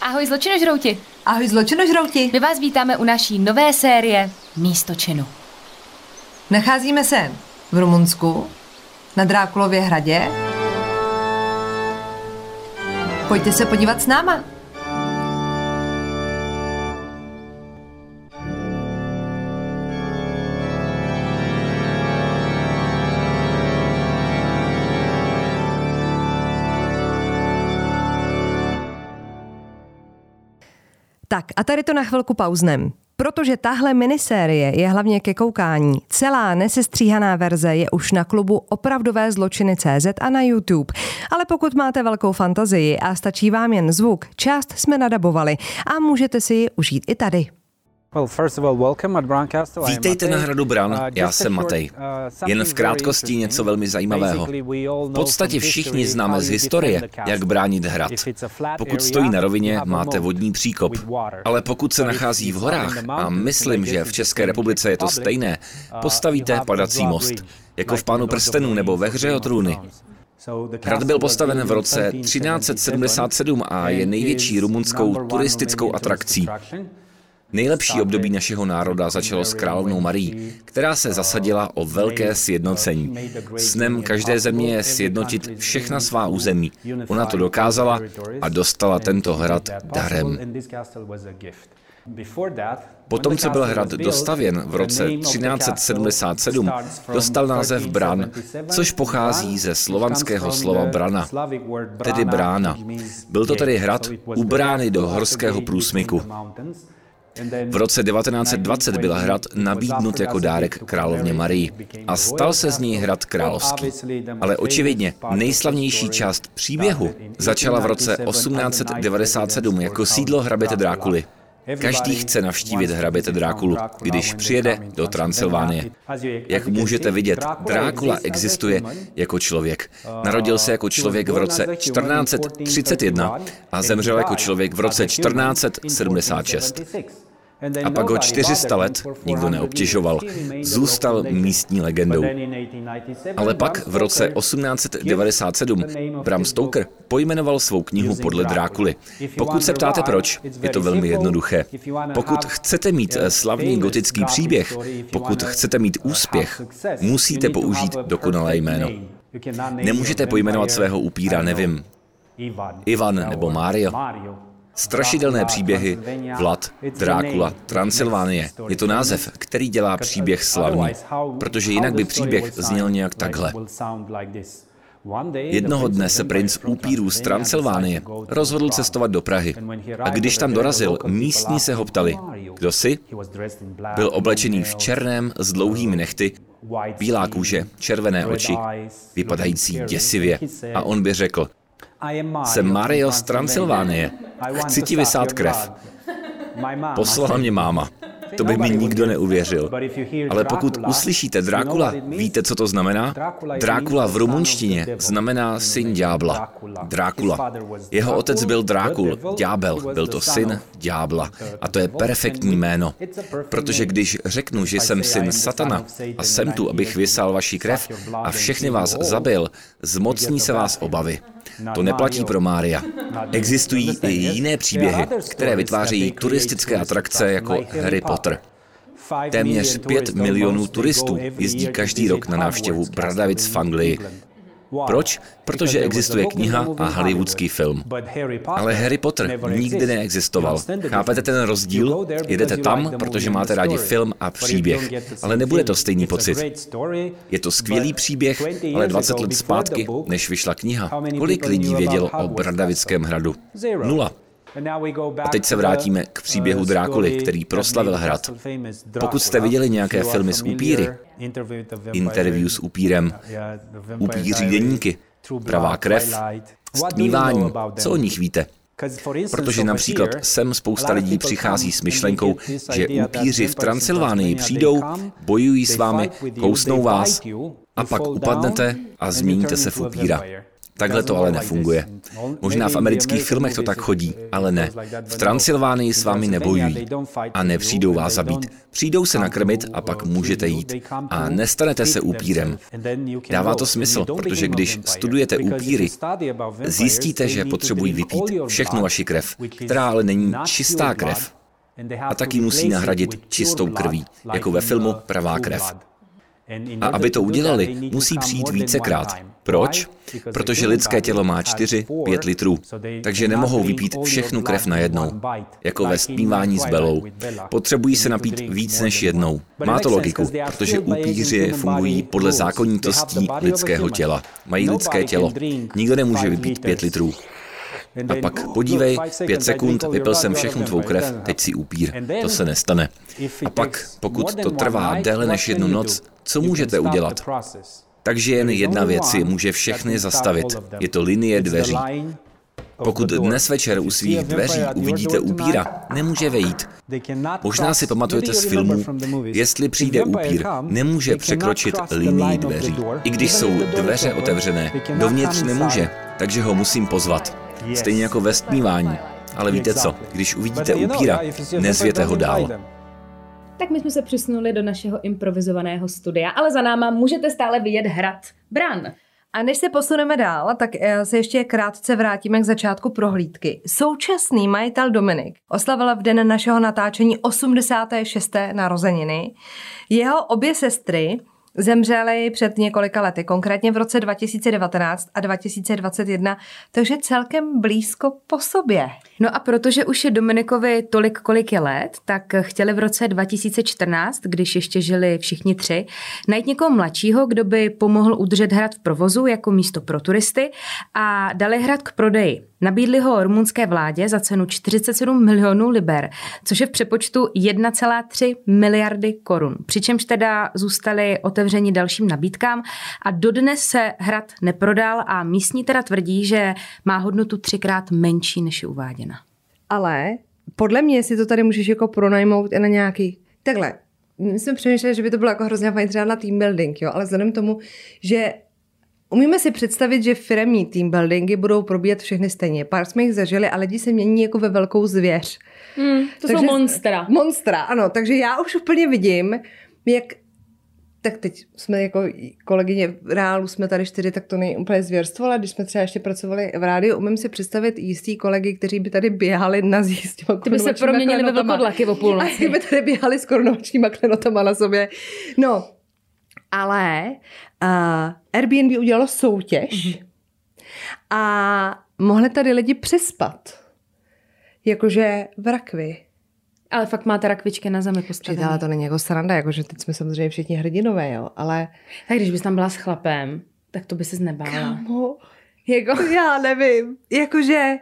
Ahoj zločinožrouti. Ahoj zločinožrouti. My vás vítáme u naší nové série Místo činu. Nacházíme se v Rumunsku, na Drákulově hradě. Pojďte se podívat s náma. Tak a tady to na chvilku pauznem, protože tahle minisérie je hlavně ke koukání. Celá nesestříhaná verze je už na klubu Opravdové zločiny.cz a na YouTube. Ale pokud máte velkou fantazii a stačí vám jen zvuk, část jsme nadabovali a můžete si ji užít i tady. Vítejte na hradu Bran, já jsem Matej. Jen v krátkosti něco velmi zajímavého. V podstatě všichni známe z historie, jak bránit hrad. Pokud stojí na rovině, máte vodní příkop. Ale pokud se nachází v horách, a myslím, že v České republice je to stejné, postavíte padací most, jako v Pánu prstenů nebo ve Hře o trůny. Hrad byl postaven v roce 1377 a je největší rumunskou turistickou atrakcí. Nejlepší období našeho národa začalo s královnou Marií, která se zasadila o velké sjednocení. Snem každé země je sjednotit všechna svá území. Ona to dokázala a dostala tento hrad darem. Potom, co byl hrad dostavěn v roce 1377, dostal název Bran, což pochází ze slovanského slova brana, tedy brána. Byl to tedy hrad u brány do horského průsmyku. V roce 1920 byl hrad nabídnut jako dárek královně Marii a stal se z něj hrad královský. Ale očividně nejslavnější část příběhu začala v roce 1897 jako sídlo hraběte Drákuly. Každý chce navštívit hraběte Drákulu, když přijede do Transylvánie. Jak můžete vidět, Drákula existuje jako člověk. Narodil se jako člověk v roce 1431 a zemřel jako člověk v roce 1476. A pak ho 400 let nikdo neobtěžoval. Zůstal místní legendou. Ale pak v roce 1897 Bram Stoker pojmenoval svou knihu podle Drákuly. Pokud se ptáte proč, je to velmi jednoduché. Pokud chcete mít slavný gotický příběh, pokud chcete mít úspěch, musíte použít dokonalé jméno. Nemůžete pojmenovat svého upíra, nevím, Ivan nebo Mario. Strašidelné příběhy, Vlad, Drákula, Transylvánie. Je to název, který dělá příběh slavný, protože jinak by příběh zněl nějak takhle. Jednoho dne se princ upírů z Transylvánie rozhodl cestovat do Prahy. A když tam dorazil, místní se ho ptali, kdo jsi? Byl oblečený v černém s dlouhými nehty, bílá kůže, červené oči, vypadající děsivě. A on by řekl, jsem Mario z Transylvánie. Chci ti vysát krev. Poslala mě máma. To by mi nikdo neuvěřil. Ale pokud uslyšíte Drákula, víte, co to znamená? Drákula v rumunštině znamená syn ďábla. Drákula. Jeho otec byl Drákul, ďábel. Byl to syn ďábla. A to je perfektní jméno. Protože když řeknu, že jsem syn satana a jsem tu, abych vysál vaši krev a všechny vás zabil, zmocní se vás obavy. To neplatí pro Mária. Existují i jiné příběhy, které vytvářejí turistické atrakce jako Harry Potter. Téměř 5 milionů turistů jezdí každý rok na návštěvu Bradavic v Anglii. Proč? Protože existuje kniha a hollywoodský film. Ale Harry Potter nikdy neexistoval. Chápete ten rozdíl? Jedete tam, protože máte rádi film a příběh. Ale nebude to stejný pocit. Je to skvělý příběh, ale 20 let zpátky, než vyšla kniha, kolik lidí vědělo o Bradavickém hradu? 0. A teď se vrátíme k příběhu Drákuly, který proslavil hrad. Pokud jste viděli nějaké filmy s upíry, Interview s upírem, Upíří deníky, Pravá krev, Stmívání, co o nich víte? Protože například sem spousta lidí přichází s myšlenkou, že upíři v Transylvánii přijdou, bojují s vámi, kousnou vás a pak upadnete a změníte se v upíra. Takhle to ale nefunguje. Možná v amerických filmech to tak chodí, ale ne. V Transylvánii s vámi nebojují a nepřijdou vás zabít. Přijdou se nakrmit a pak můžete jít. A nestanete se upírem. Dává to smysl, protože když studujete upíry, zjistíte, že potřebují vypít všechnu vaši krev, která ale není čistá krev. A taky musí nahradit čistou krví, jako ve filmu Pravá krev. A aby to udělali, musí přijít vícekrát. Proč? Protože lidské tělo má 4-5 litrů, takže nemohou vypít všechnu krev najednou, jako ve zpívání s Belou. Potřebují se napít víc než jednou. Má to logiku, protože upíři fungují podle zákonitostí lidského těla. Mají lidské tělo. Nikdo nemůže vypít 5 litrů. A pak podívej, 5 sekund, vypil jsem všechnu tvou krev, teď si upír. To se nestane. A pak, pokud to trvá déle než 1 noc, co můžete udělat? Takže jen jedna věc je může všechny zastavit. Je to linie dveří. Pokud dnes večer u svých dveří uvidíte upíra, nemůže vejít. Možná si pamatujete z filmu, jestli přijde upír, nemůže překročit linii dveří. I když jsou dveře otevřené, dovnitř nemůže, takže ho musím pozvat. Stejně jako ve zpívání. Ale víte co, když uvidíte upíra, nezvěte ho dál. Tak my jsme se přesunuli do našeho improvizovaného studia, ale za náma můžete stále vidět hrad Bran. A než se posuneme dál, tak se ještě krátce vrátíme k začátku prohlídky. Současný majitel Dominik oslavil v den našeho natáčení 86. narozeniny. Jeho obě sestry zemřely před několika lety, konkrétně v roce 2019 a 2021, takže celkem blízko po sobě. No a protože už je Dominikovi tolik, kolik je let, tak chtěli v roce 2014, když ještě žili všichni 3, najít někoho mladšího, kdo by pomohl udržet hrad v provozu jako místo pro turisty a dali hrad k prodeji. Nabídli ho rumunské vládě za cenu 47 milionů liber, což je v přepočtu 1,3 miliardy korun. Přičemž teda zůstali otevřeni dalším nabídkám a dodnes se hrad neprodal a místní teda tvrdí, že má hodnotu 3krát menší, než je uváděna. Ale podle mě si to tady můžeš jako pronajmout i na nějaký... Takhle, my jsme přemýšleli, že by to bylo jako hrozně fajn třeba na team building, jo, ale vzhledem tomu, že umíme si představit, že firemní team buildingy budou probíhat všechny stejně. Pár jsme jich zažili a lidi se mění jako ve velkou zvěř. To jsou monstra. Monstra, ano. Takže já už úplně vidím, jak... Tak teď jsme jako kolegyně v reálu, jsme tady 4, tak to není úplně zvěrstvo, ale když jsme třeba ještě pracovali v rádiu, umím si představit jistý kolegy, kteří by tady běhali na zjist. Ty by se proměnili ve vlkodlaky o půlnoci. Ty by tady běhali s korunovačníma klenotama na sobě. No, ale Airbnb udělalo soutěž a mohli tady lidi přespat. Jakože v rakvi. Ale fakt máte rakvičky na zemi postavené. Ale to není jako sranda, jakože teď jsme samozřejmě všichni hrdinové, jo, ale... Tak když bys tam byla s chlapem, tak to by se nebála. Kámo, jako já nevím, jakože...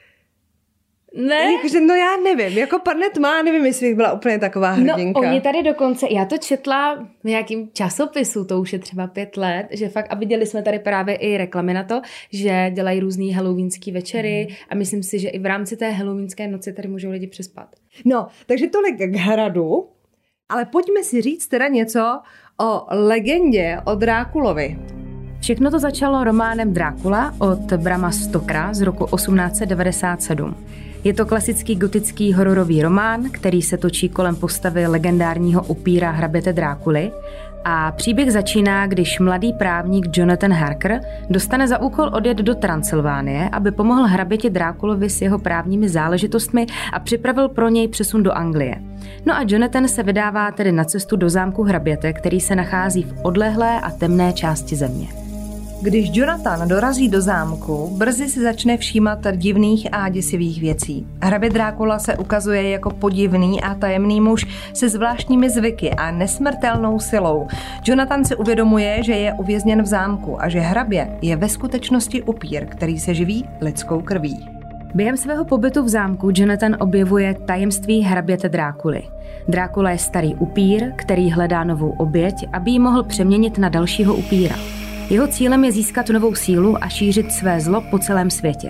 Ne? Jakože, no já nevím, jako Parnet má, nevím, jestli bych byla úplně taková hrdinka. No oni tady dokonce, já to četla v nějakým časopisu, to už je třeba 5 let, že fakt, a viděli jsme tady právě i reklamy na to, že dělají různý halloweenský večery a myslím si, že i v rámci té halloweenské noci tady můžou lidi přespat. No, takže tolik k hradu, ale pojďme si říct teda něco o legendě o Drákulovi. Všechno to začalo románem Drákula od Brama Stokera z roku 1897. Je to klasický gotický hororový román, který se točí kolem postavy legendárního upíra hraběte Drákuly a příběh začíná, když mladý právník Jonathan Harker dostane za úkol odjet do Transylvánie, aby pomohl hraběti Drákulovi s jeho právními záležitostmi a připravil pro něj přesun do Anglie. No a Jonathan se vydává tedy na cestu do zámku hraběte, který se nachází v odlehlé a temné části země. Když Jonathan dorazí do zámku, brzy si začne všímat divných a děsivých věcí. Hrabě Drákula se ukazuje jako podivný a tajemný muž se zvláštními zvyky a nesmrtelnou silou. Jonathan si uvědomuje, že je uvězněn v zámku a že hrabě je ve skutečnosti upír, který se živí lidskou krví. Během svého pobytu v zámku Jonathan objevuje tajemství hraběte Drákuly. Drákula je starý upír, který hledá novou oběť, aby ji mohl přeměnit na dalšího upíra. Jeho cílem je získat novou sílu a šířit své zlo po celém světě.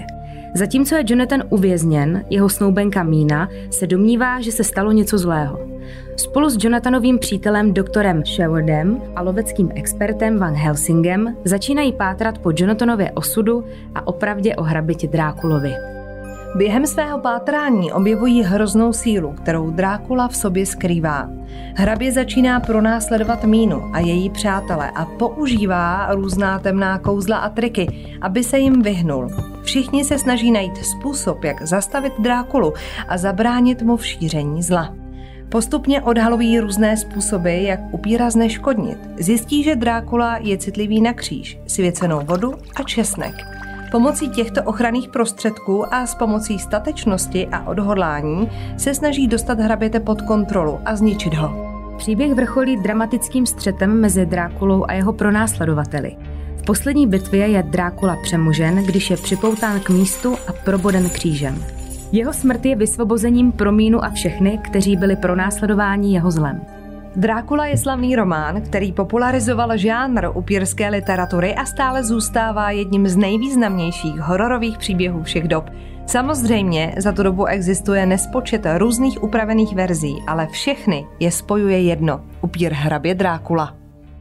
Zatímco je Jonathan uvězněn, jeho snoubenka Mína se domnívá, že se stalo něco zlého. Spolu s Jonathanovým přítelem doktorem Sherwoodem a loveckým expertem Van Helsingem začínají pátrat po Jonathanově osudu a o pravdě o hraběti Drákulovi. Během svého pátrání objevují hroznou sílu, kterou Drákula v sobě skrývá. Hrabě začíná pronásledovat Mínu a její přátele a používá různá temná kouzla a triky, aby se jim vyhnul. Všichni se snaží najít způsob, jak zastavit Drákulu a zabránit mu v šíření zla. Postupně odhalují různé způsoby, jak upíra zneškodnit. Zjistí, že Drákula je citlivý na kříž, svěcenou vodu a česnek. Pomocí těchto ochranných prostředků a s pomocí statečnosti a odhodlání se snaží dostat hraběte pod kontrolu a zničit ho. Příběh vrcholí dramatickým střetem mezi Drákulou a jeho pronásledovateli. V poslední bitvě je Drákula přemožen, když je připoután k místu a proboden křížem. Jeho smrt je vysvobozením pro Mínu a všechny, kteří byli pronásledováni jeho zlem. Drákula je slavný román, který popularizoval žánr upírské literatury a stále zůstává jedním z nejvýznamnějších hororových příběhů všech dob. Samozřejmě za tu dobu existuje nespočet různých upravených verzí, ale všechny je spojuje jedno – upír hrabě Drákula.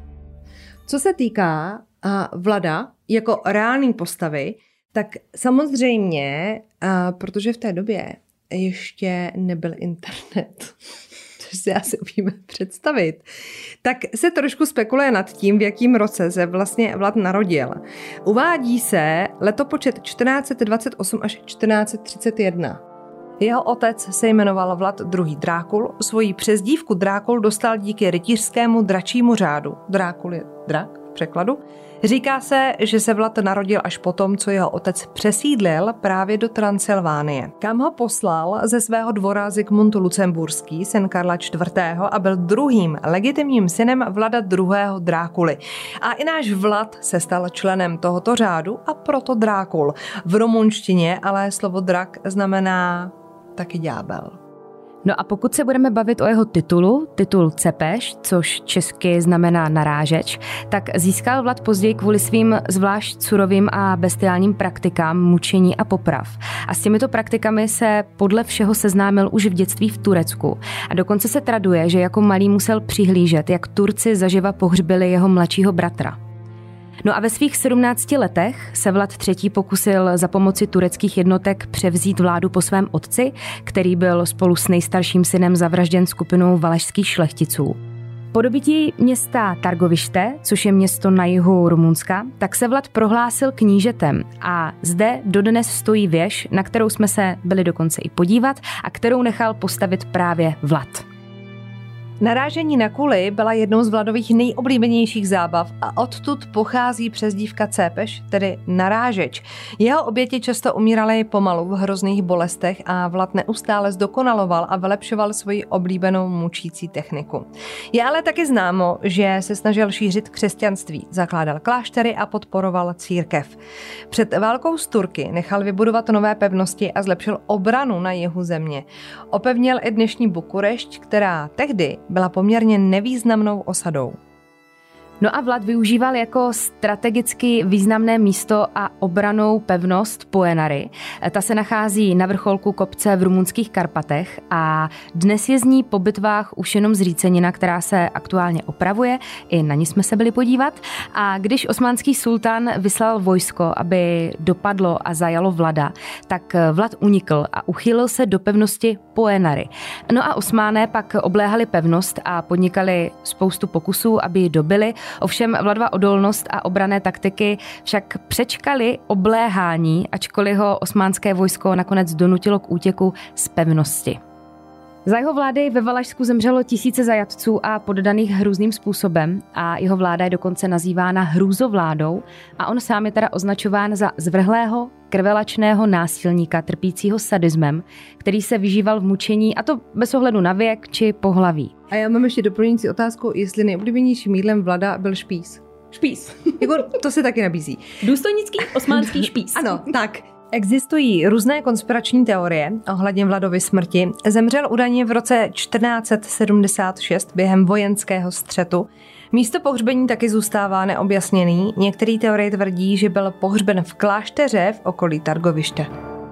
Co se týká Vlada jako reální postavy, tak samozřejmě, protože v té době ještě nebyl internet, což si asi umíme představit, tak se trošku spekuluje nad tím, v jakém roce se vlastně Vlad narodil. Uvádí se letopočet 1428 až 1431. Jeho otec se jmenoval Vlad II. Drákul, svoji přezdívku Drákul dostal díky rytířskému dračímu řádu. Drákul je drak v překladu. Říká se, že se Vlad narodil až potom, co jeho otec přesídlil právě do Transylvánie, kam ho poslal ze svého dvora Zikmund Lucemburský, syn Karla IV. A byl druhým legitimním synem Vlada II. Drákuly. A i náš Vlad se stal členem tohoto řádu a proto Drákul. V rumunštině ale slovo drak znamená taky ďábel. No a pokud se budeme bavit o jeho titul Cepeš, což česky znamená narážeč, tak získal Vlad později kvůli svým zvlášť surovým a bestiálním praktikám mučení a poprav. A s těmito praktikami se podle všeho seznámil už v dětství v Turecku. A dokonce se traduje, že jako malý musel přihlížet, jak Turci zaživa pohřbili jeho mladšího bratra. No a ve svých 17 letech se Vlad III. Pokusil za pomoci tureckých jednotek převzít vládu po svém otci, který byl spolu s nejstarším synem zavražděn skupinou valašských šlechticů. Po dobytí města Targovište, což je město na jihu Rumunska, tak se Vlad prohlásil knížetem a zde dodnes stojí věž, na kterou jsme se byli dokonce i podívat a kterou nechal postavit právě Vlad. Narážení na kuli byla jednou z Vladových nejoblíbenějších zábav a odtud pochází přezdívka Cépeš, tedy narážeč. Jeho oběti často umíraly pomalu v hrozných bolestech a Vlad neustále zdokonaloval a vylepšoval svoji oblíbenou mučící techniku. Je ale taky známo, že se snažil šířit křesťanství, zakládal kláštery a podporoval církev. Před válkou s Turky nechal vybudovat nové pevnosti a zlepšil obranu na jihu země. Opevnil i dnešní Bukurešť, která tehdy byla poměrně nevýznamnou osadou. No a Vlad využíval jako strategicky významné místo a obranou pevnost Poenary. Ta se nachází na vrcholku kopce v rumunských Karpatech a dnes je z ní po bitvách už jenom zřícenina, která se aktuálně opravuje. I na ní jsme se byli podívat. A když osmanský sultán vyslal vojsko, aby dopadlo a zajalo Vlada, tak Vlad unikl a uchýlil se do pevnosti Poenary. No a Osmané pak obléhali pevnost a podnikali spoustu pokusů, aby ji dobili. Ovšem Vladova odolnost a obranné taktiky však přečkali obléhání, ačkoliv ho osmánské vojsko nakonec donutilo k útěku z pevnosti. Za jeho vlády ve Valašsku zemřelo tisíce zajatců a poddaných hrůzným způsobem a jeho vláda je dokonce nazývána hrůzovládou a on sám je teda označován za zvrhlého, krvelačného násilníka trpícího sadismem, který se vyžíval v mučení a to bez ohledu na věk či pohlaví. A já mám ještě doplňující otázku, jestli nejoblíbenějším jídlem Vlada byl špíz. Špíz. Jako, to se taky nabízí. Důstojnický osmánský špíz. Ano, tak. Existují různé konspirační teorie ohledně Vladovy smrti. Zemřel údajně v roce 1476 během vojenského střetu. Místo pohřbení taky zůstává neobjasněný. Některé teorie tvrdí, že byl pohřben v klášteře v okolí Targoviště.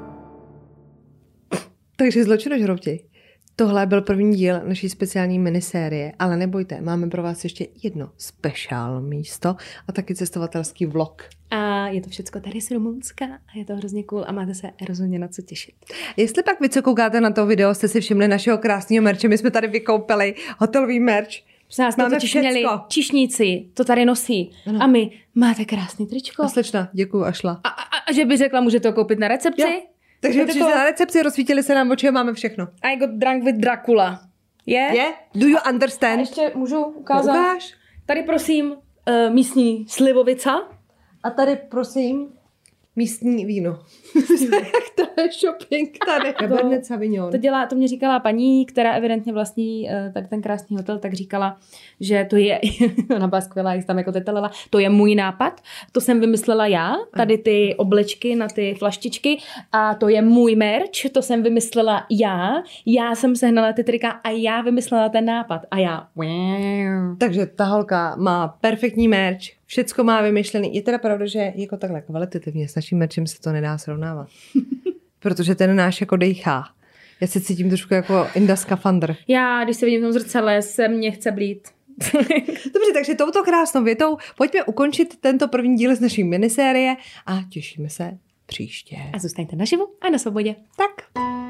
Takže zločinožrouti. Tohle byl první díl naší speciální minisérie, ale nebojte, máme pro vás ještě jedno speciál místo a taky cestovatelský vlog. A je to všecko tady z Rumunska a je to hrozně cool a máte se rozhodně na co těšit. Jestli pak vy, co koukáte na to video, jste si všimli našeho krásného merče, my jsme tady vykoupili hotelový merch. Máme měli čišníci, to tady nosí. Ano. A my, máte krásný tričko. A slečna, děkuju a šla. A že by řekla, můžete to koupit na recepci? Jo. Takže přišli na recepci, rozsvítili se nám oči a máme všechno. I got drunk with Dracula. Je? Do you understand? A ještě můžu ukázat? No, ukáž. Tady prosím místní slivovica. A tady prosím místní víno. Jak to je shopping tady? Cabernet Sauvignon. To mě říkala paní, která evidentně vlastní tak ten krásný hotel, tak říkala, že to je, ona byla skvělá, jak tam jako tetelela, to je můj nápad, to jsem vymyslela já, tady ty oblečky na ty flaštičky a to je můj merch, to jsem vymyslela já jsem sehnala ty trika a já vymyslela ten nápad a já. Takže ta holka má perfektní merch, všecko má vymyšlený. Je teda pravda, že jako takhle kvalitativně s naším merchem se to nedá srovnávat. Protože ten náš jako dejchá. Já se cítím trošku jako Inda skafandr. Já, když se vidím v tom zrcadle, se mě chce blít. Dobře, takže touto krásnou větou pojďme ukončit tento první díl z naší minisérie a těšíme se příště. A zůstaňte naživu a na svobodě. Tak.